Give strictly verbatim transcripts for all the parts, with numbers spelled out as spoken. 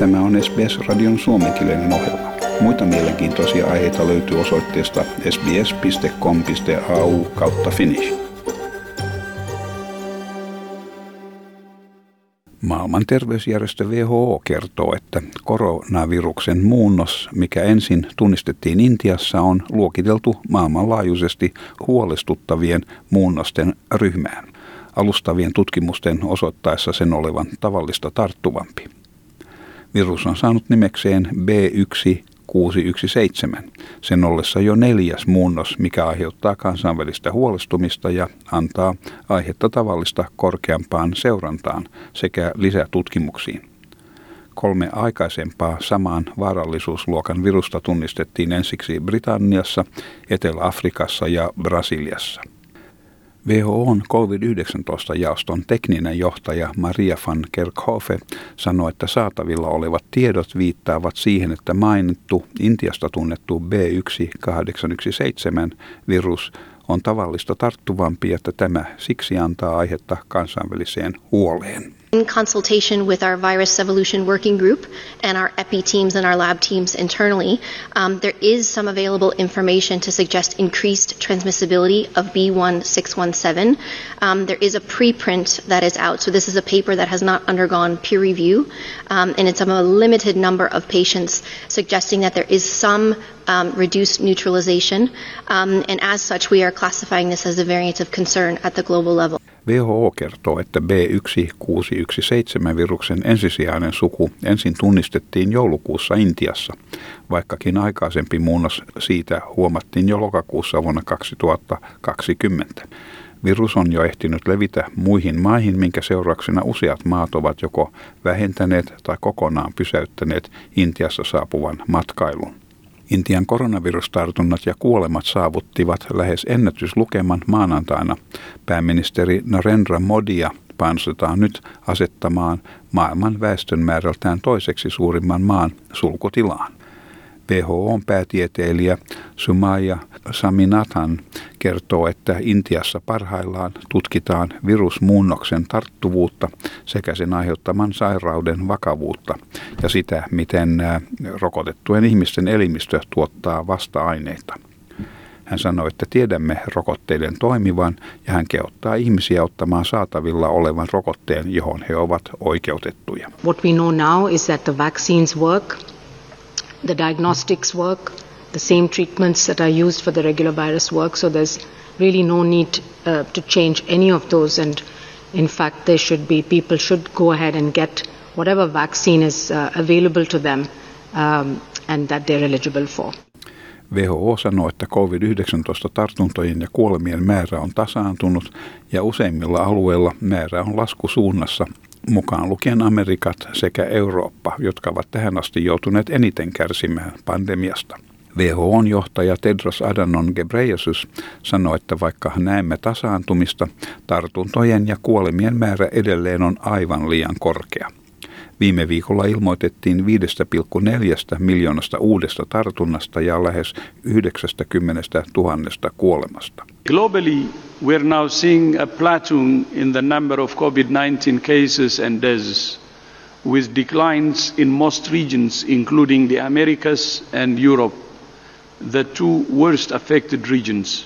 Tämä on S B S-radion suomenkielinen ohjelma. Muita mielenkiintoisia aiheita löytyy osoitteesta sbs piste com piste a u kautta finnish. Maailman terveysjärjestö W H O kertoo, että koronaviruksen muunnos, mikä ensin tunnistettiin Intiassa, on luokiteltu maailmanlaajuisesti huolestuttavien muunnosten ryhmään, alustavien tutkimusten osoittaessa sen olevan tavallista tarttuvampi. Virus on saanut nimekseen B yksi kuusi yksi seitsemän, sen ollessa jo neljäs muunnos, mikä aiheuttaa kansainvälistä huolestumista ja antaa aihetta tavallista korkeampaan seurantaan sekä lisätutkimuksiin. Kolme aikaisempaa samaan vaarallisuusluokan virusta tunnistettiin ensiksi Britanniassa, Etelä-Afrikassa ja Brasiliassa. W H O:n covid yhdeksäntoista-jaoston tekninen johtaja Maria van Kerkhove sanoi, että saatavilla olevat tiedot viittaavat siihen, että mainittu Intiasta tunnettu B yksi kahdeksan yksi seitsemän virus on tavallista tarttuvampi, että tämä siksi antaa aihetta kansainväliseen huoleen. In consultation with our virus evolution working group and our epi teams and our lab teams internally, um, there is some available information to suggest increased transmissibility of B one six one seven. Um, there is a preprint that is out. So this is a paper that has not undergone peer review, um, and it's of a limited number of patients, suggesting that there is some um, reduced neutralization. Um, and as such, we are classifying this as a variant of concern at the global level. W H O kertoo, että B yksi kuusi yksi seitsemän viruksen ensisijainen suku ensin tunnistettiin joulukuussa Intiassa, vaikkakin aikaisempi muunnos siitä huomattiin jo lokakuussa vuonna kaksituhattakaksikymmentä. Virus on jo ehtinyt levitä muihin maihin, minkä seurauksena useat maat ovat joko vähentäneet tai kokonaan pysäyttäneet Intiassa saapuvan matkailun. Intian koronavirustartunnat ja kuolemat saavuttivat lähes ennätyslukeman maanantaina. Pääministeri Narendra Modia painostetaan nyt asettamaan maailman väestön määrältään toiseksi suurimman maan sulkutilaan. W H O:n päätieteilijä Sumaya Saminathan kertoo, että Intiassa parhaillaan tutkitaan virusmuunnoksen tarttuvuutta sekä sen aiheuttaman sairauden vakavuutta ja sitä, miten rokotettujen ihmisten elimistö tuottaa vasta-aineita. Hän sanoi, että tiedämme rokotteiden toimivan ja hän kehottaa ihmisiä ottamaan saatavilla olevan rokotteen, johon he ovat oikeutettuja. What we know now is that the vaccines work. The diagnostics work, the same treatments that are used for the regular virus work, so there's really no need uh, to change any of those, and in fact there should be, people should go ahead and get whatever vaccine is uh, available to them um, and that they're eligible for. W H O sanoo, että covid yhdeksäntoista-tartuntojen ja kuolemien määrä on tasaantunut ja useimmilla alueilla määrä on laskusuunnassa, mukaan lukien Amerikat sekä Eurooppa, jotka ovat tähän asti joutuneet eniten kärsimään pandemiasta. W H O:n johtaja Tedros Adhanom Ghebreyesus sanoi, että vaikka näemme tasaantumista, tartuntojen ja kuolemien määrä edelleen on aivan liian korkea. Viime viikolla ilmoitettiin viisi pilkku neljä miljoonasta uudesta tartunnasta ja lähes yhdeksänkymmentätuhatta kuolemasta. Globally, we are now seeing a plateau in the number of covid nineteen cases and deaths, with declines in most regions, including the Americas and Europe, the two worst affected regions.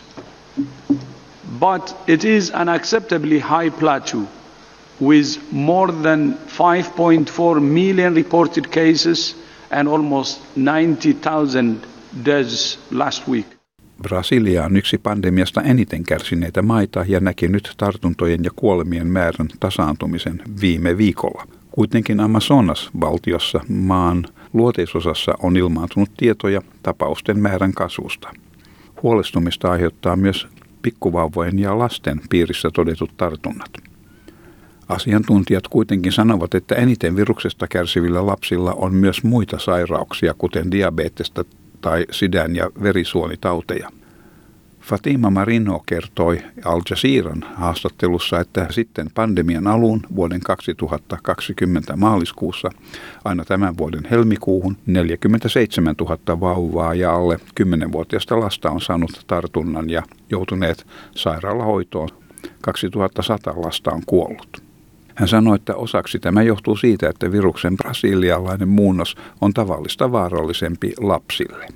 But it is an unacceptably high plateau, with more than five point four million reported cases and almost ninety thousand deaths last week. Brasilia on yksi pandemiasta eniten kärsineitä maita ja näki nyt tartuntojen ja kuolemien määrän tasaantumisen viime viikolla. Kuitenkin Amazonas-valtiossa maan luoteisosassa on ilmaantunut tietoja tapausten määrän kasvusta. Huolestumista aiheuttaa myös pikkuvauvojen ja lasten piirissä todetut tartunnat. Asiantuntijat kuitenkin sanovat, että eniten viruksesta kärsivillä lapsilla on myös muita sairauksia, kuten diabetesta tai sydän- ja verisuonitauteja. Fatima Marino kertoi Al Jazeeran haastattelussa, että sitten pandemian alun vuoden kaksituhattakaksikymmentä maaliskuussa aina tämän vuoden helmikuuhun neljäkymmentäseitsemäntuhatta vauvaa ja alle kymmenvuotiaista lasta on saanut tartunnan ja joutuneet sairaalahoitoon. kaksituhattasata lasta on kuollut. Hän sanoi, että osaksi tämä johtuu siitä, että viruksen brasilialainen muunnos on tavallista vaarallisempi lapsille.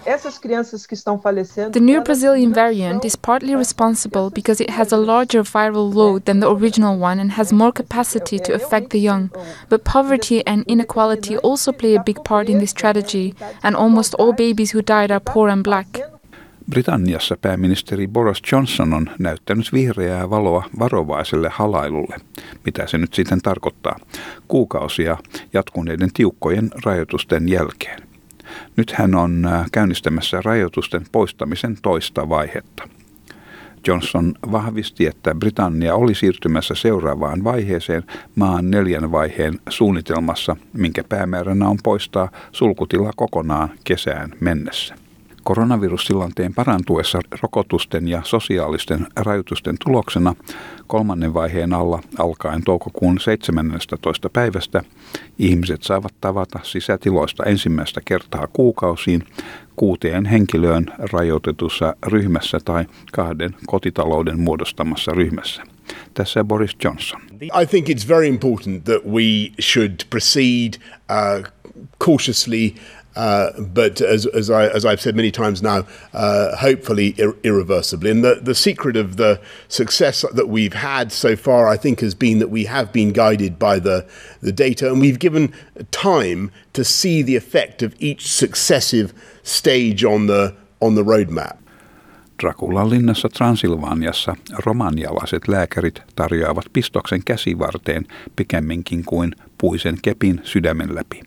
The new Brazilian variant is partly responsible because it has a larger viral load than the original one and has more capacity to affect the young. But poverty and inequality also play a big part in this tragedy, and almost all babies who died are poor and black. Britanniassa pääministeri Boris Johnson on näyttänyt vihreää valoa varovaiselle halailulle, mitä se nyt sitten tarkoittaa, kuukausia jatkuneiden tiukkojen rajoitusten jälkeen. Nyt hän on käynnistämässä rajoitusten poistamisen toista vaihetta. Johnson vahvisti, että Britannia oli siirtymässä seuraavaan vaiheeseen maan neljän vaiheen suunnitelmassa, minkä päämääränä on poistaa sulkutila kokonaan kesään mennessä. Koronavirustilanteen parantuessa rokotusten ja sosiaalisten rajoitusten tuloksena kolmannen vaiheen alla alkaen toukokuun seitsemännestätoista päivästä ihmiset saavat tavata sisätiloista ensimmäistä kertaa kuukausiin kuuteen henkilöön rajoitetussa ryhmässä tai kahden kotitalouden muodostamassa ryhmässä. Tässä Boris Johnson. I think it's very important that we should proceed uh, cautiously. Uh, but as, as, I, as I've said many times now, uh, hopefully ir- irreversibly. And the, the secret of the success that we've had so far, I think, has been that we have been guided by the, the data, and we've given time to see the effect of each successive stage on the, on the roadmap. Draculan linnassa Transilvaniassa romanialaiset lääkärit tarjoavat pistoksen käsivarteen pikemminkin kuin puisen kepin sydämen läpi.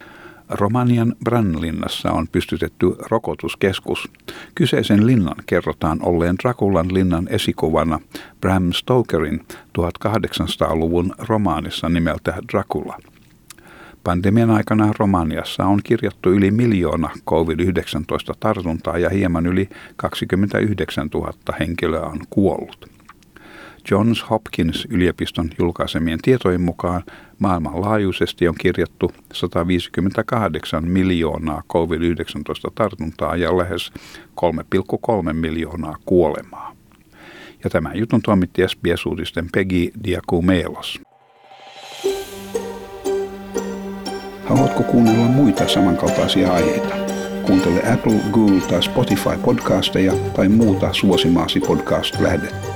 Romanian Bran-linnassa on pystytetty rokotuskeskus. Kyseisen linnan kerrotaan olleen Draculan linnan esikuvana Bram Stokerin tuhatkahdeksansataaluvun romaanissa nimeltä Dracula. Pandemian aikana Romaniassa on kirjattu yli miljoona covid yhdeksäntoista tartuntaa ja hieman yli kaksikymmentäyhdeksäntuhatta henkilöä on kuollut. Johns Hopkins yliopiston julkaisemien tietojen mukaan maailmanlaajuisesti on kirjattu sata viisikymmentäkahdeksan miljoonaa covid yhdeksäntoista tartuntaa ja lähes kolme pilkku kolme miljoonaa kuolemaa. Ja tämän jutun toimitti S B S-uutisten Peggy Diakumelos. Haluatko kuunnella muita samankaltaisia aiheita? Kuuntele Apple, Google tai Spotify podcasteja tai muuta suosimaasi podcast-lähdettä.